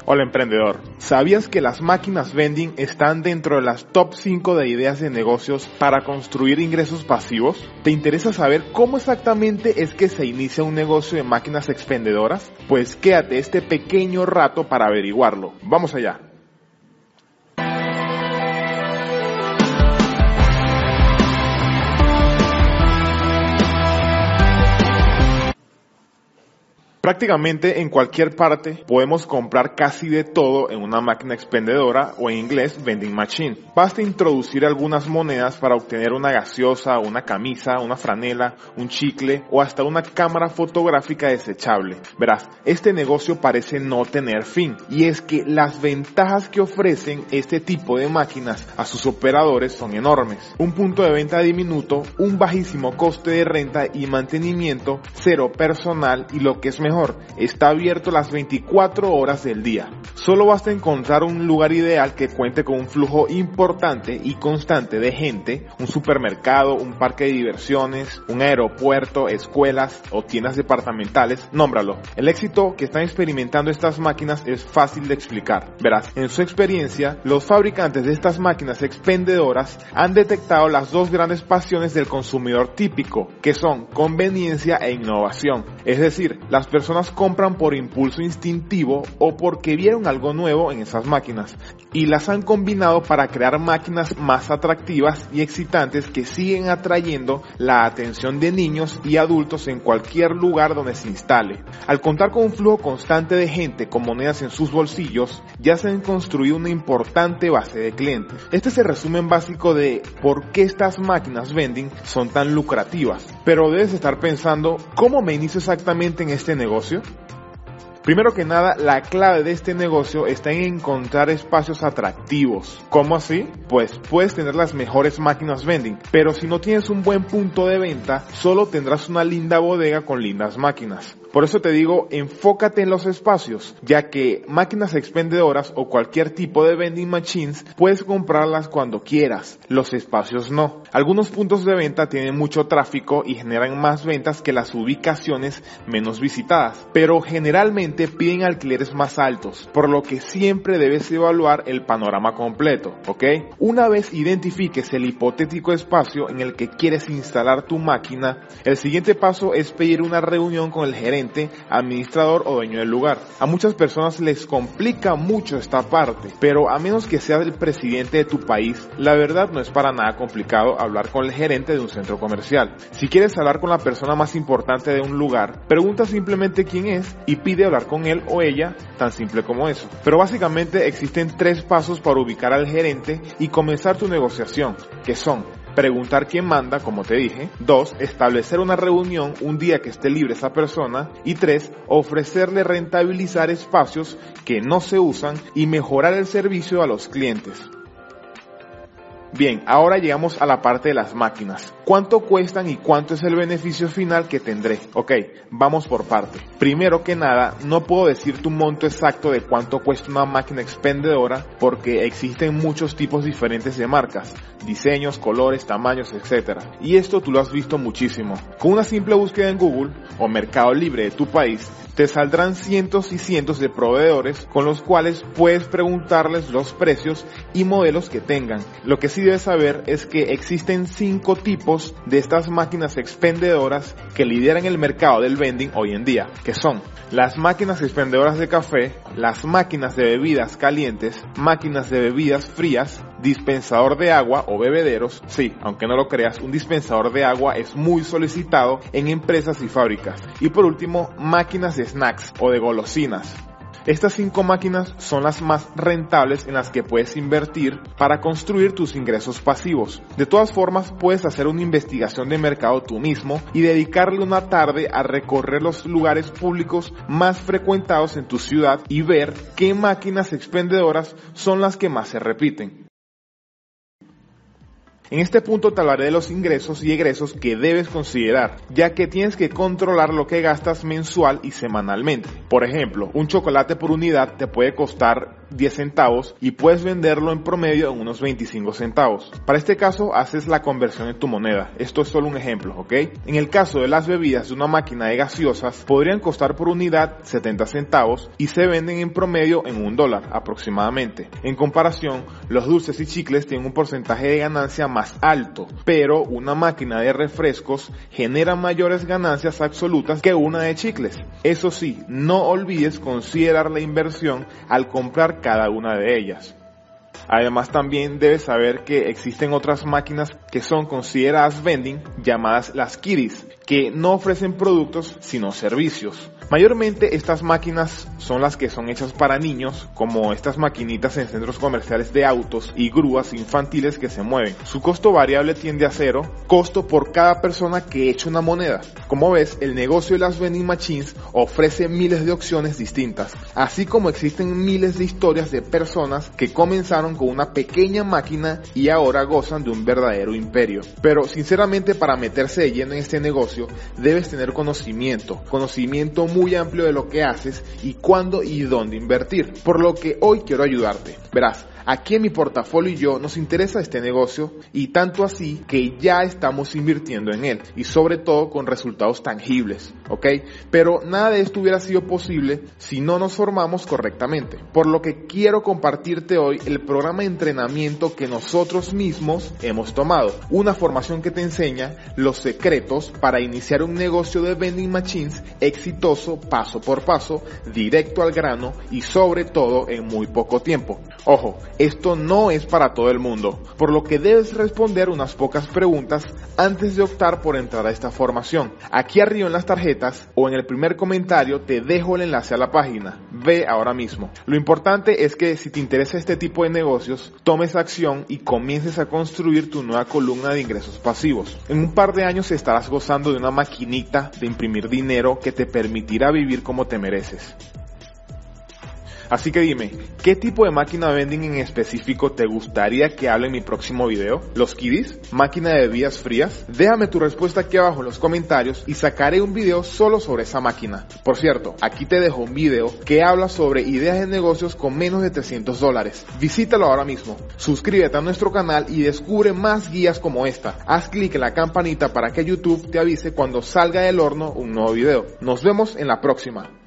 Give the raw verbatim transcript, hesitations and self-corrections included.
Hola emprendedor, ¿sabías que las máquinas vending están dentro de las top cinco de ideas de negocios para construir ingresos pasivos? ¿Te interesa saber cómo exactamente es que se inicia un negocio de máquinas expendedoras? Pues quédate este pequeño rato para averiguarlo. Vamos allá. Prácticamente en cualquier parte podemos comprar casi de todo en una máquina expendedora o en inglés vending machine. Basta introducir algunas monedas para obtener una gaseosa, una camisa, una franela, un chicle o hasta una cámara fotográfica desechable. Verás, este negocio parece no tener fin, y es que las ventajas que ofrecen este tipo de máquinas a sus operadores son enormes. Un punto de venta diminuto, un bajísimo coste de renta y mantenimiento, cero personal y lo que es mejor, está abierto las veinticuatro horas del día. Solo basta encontrar un lugar ideal que cuente con un flujo importante y constante de gente, un supermercado, un parque de diversiones, un aeropuerto, escuelas o tiendas departamentales, nómbralo. El éxito que están experimentando estas máquinas es fácil de explicar. Verás, en su experiencia, los fabricantes de estas máquinas expendedoras han detectado las dos grandes pasiones del consumidor típico, que son conveniencia e innovación. Es decir, las personas personas compran por impulso instintivo o porque vieron algo nuevo en esas máquinas y las han combinado para crear máquinas más atractivas y excitantes que siguen atrayendo la atención de niños y adultos en cualquier lugar donde se instale. Al contar con un flujo constante de gente con monedas en sus bolsillos, ya se han construido una importante base de clientes. Este es el resumen básico de por qué estas máquinas vending son tan lucrativas. Pero debes estar pensando, ¿cómo me inicio exactamente en este negocio? Primero que nada, la clave de este negocio está en encontrar espacios atractivos. ¿Cómo así? Pues puedes tener las mejores máquinas vending, pero si no tienes un buen punto de venta, solo tendrás una linda bodega con lindas máquinas. Por eso te digo, enfócate en los espacios, ya que máquinas expendedoras o cualquier tipo de vending machines puedes comprarlas cuando quieras, los espacios no. Algunos puntos de venta tienen mucho tráfico y generan más ventas que las ubicaciones menos visitadas, pero generalmente piden alquileres más altos, por lo que siempre debes evaluar el panorama completo, ¿ok? Una vez identifiques el hipotético espacio en el que quieres instalar tu máquina, el siguiente paso es pedir una reunión con el gerente, administrador o dueño del lugar. A muchas personas les complica mucho esta parte, pero a menos que seas el presidente de tu país, la verdad no es para nada complicado hablar con el gerente de un centro comercial. Si quieres hablar con la persona más importante de un lugar, pregunta simplemente quién es y pide hablar con él o ella, tan simple como eso. Pero básicamente existen tres pasos para ubicar al gerente y comenzar tu negociación, que son: preguntar quién manda, como te dije. Dos, establecer una reunión un día que esté libre esa persona. Y tres, ofrecerle rentabilizar espacios que no se usan y mejorar el servicio a los clientes. Bien, ahora llegamos a la parte de las máquinas. ¿Cuánto cuestan y cuánto es el beneficio final que tendré? Ok, vamos por parte. Primero que nada, no puedo decirte un monto exacto de cuánto cuesta una máquina expendedora porque existen muchos tipos diferentes de marcas, diseños, colores, tamaños, etcétera. Y esto tú lo has visto muchísimo. Con una simple búsqueda en Google o Mercado Libre de tu país, te saldrán cientos y cientos de proveedores con los cuales puedes preguntarles los precios y modelos que tengan. Lo que sí debes saber es que existen cinco tipos de estas máquinas expendedoras que lideran el mercado del vending hoy en día, que son las máquinas expendedoras de café, las máquinas de bebidas calientes, máquinas de bebidas frías, dispensador de agua o bebederos. Sí, aunque no lo creas, un dispensador de agua es muy solicitado en empresas y fábricas. Y por último, máquinas de snacks o de golosinas. Estas cinco máquinas son las más rentables en las que puedes invertir para construir tus ingresos pasivos. De todas formas, puedes hacer una investigación de mercado tú mismo y dedicarle una tarde a recorrer los lugares públicos más frecuentados en tu ciudad y ver qué máquinas expendedoras son las que más se repiten. En este punto te hablaré de los ingresos y egresos que debes considerar, ya que tienes que controlar lo que gastas mensual y semanalmente. Por ejemplo, un chocolate por unidad te puede costar diez centavos y puedes venderlo en promedio en unos veinticinco centavos. Para este caso haces la conversión en tu moneda. Esto es solo un ejemplo, ¿ok? En el caso de las bebidas de una máquina de gaseosas podrían costar por unidad setenta centavos y se venden en promedio en un dólar aproximadamente. En comparación, los dulces y chicles tienen un porcentaje de ganancia más alto, pero una máquina de refrescos genera mayores ganancias absolutas que una de chicles. Eso sí, no olvides considerar la inversión al comprar cada una de ellas. Además, también debes saber que existen otras máquinas que son consideradas vending, llamadas las kiddies, que no ofrecen productos sino servicios. Mayormente estas máquinas son las que son hechas para niños, como estas maquinitas en centros comerciales de autos y grúas infantiles que se mueven. Su costo variable tiende a cero, costo por cada persona que echa una moneda. Como ves, el negocio de las vending machines ofrece miles de opciones distintas, así como existen miles de historias de personas que comenzaron con una pequeña máquina y ahora gozan de un verdadero imperio. Pero sinceramente, para meterse de lleno en este negocio debes tener conocimiento, conocimiento muy amplio de lo que haces y cuándo y dónde invertir, por lo que hoy quiero ayudarte. Verás, aquí en mi portafolio y yo nos interesa este negocio, y tanto así que ya estamos invirtiendo en él, y sobre todo con resultados tangibles, ¿ok? Pero nada de esto hubiera sido posible si no nos formamos correctamente, por lo que quiero compartirte hoy el programa de entrenamiento que nosotros mismos hemos tomado, una formación que te enseña los secretos para iniciar un negocio de vending machines exitoso paso por paso, directo al grano y sobre todo en muy poco tiempo. Ojo, esto no es para todo el mundo, por lo que debes responder unas pocas preguntas antes de optar por entrar a esta formación. Aquí arriba en las tarjetas o en el primer comentario te dejo el enlace a la página. Ve ahora mismo. Lo importante es que si te interesa este tipo de negocios, tomes acción y comiences a construir tu nueva columna de ingresos pasivos. En un par de años estarás gozando de una maquinita de imprimir dinero que te permitirá vivir como te mereces. Así que dime, ¿qué tipo de máquina vending en específico te gustaría que hable en mi próximo video? ¿Los kiddies? ¿Máquina de bebidas frías? Déjame tu respuesta aquí abajo en los comentarios y sacaré un video solo sobre esa máquina. Por cierto, aquí te dejo un video que habla sobre ideas de negocios con menos de trescientos dólares. Visítalo ahora mismo. Suscríbete a nuestro canal y descubre más guías como esta. Haz clic en la campanita para que YouTube te avise cuando salga del horno un nuevo video. Nos vemos en la próxima.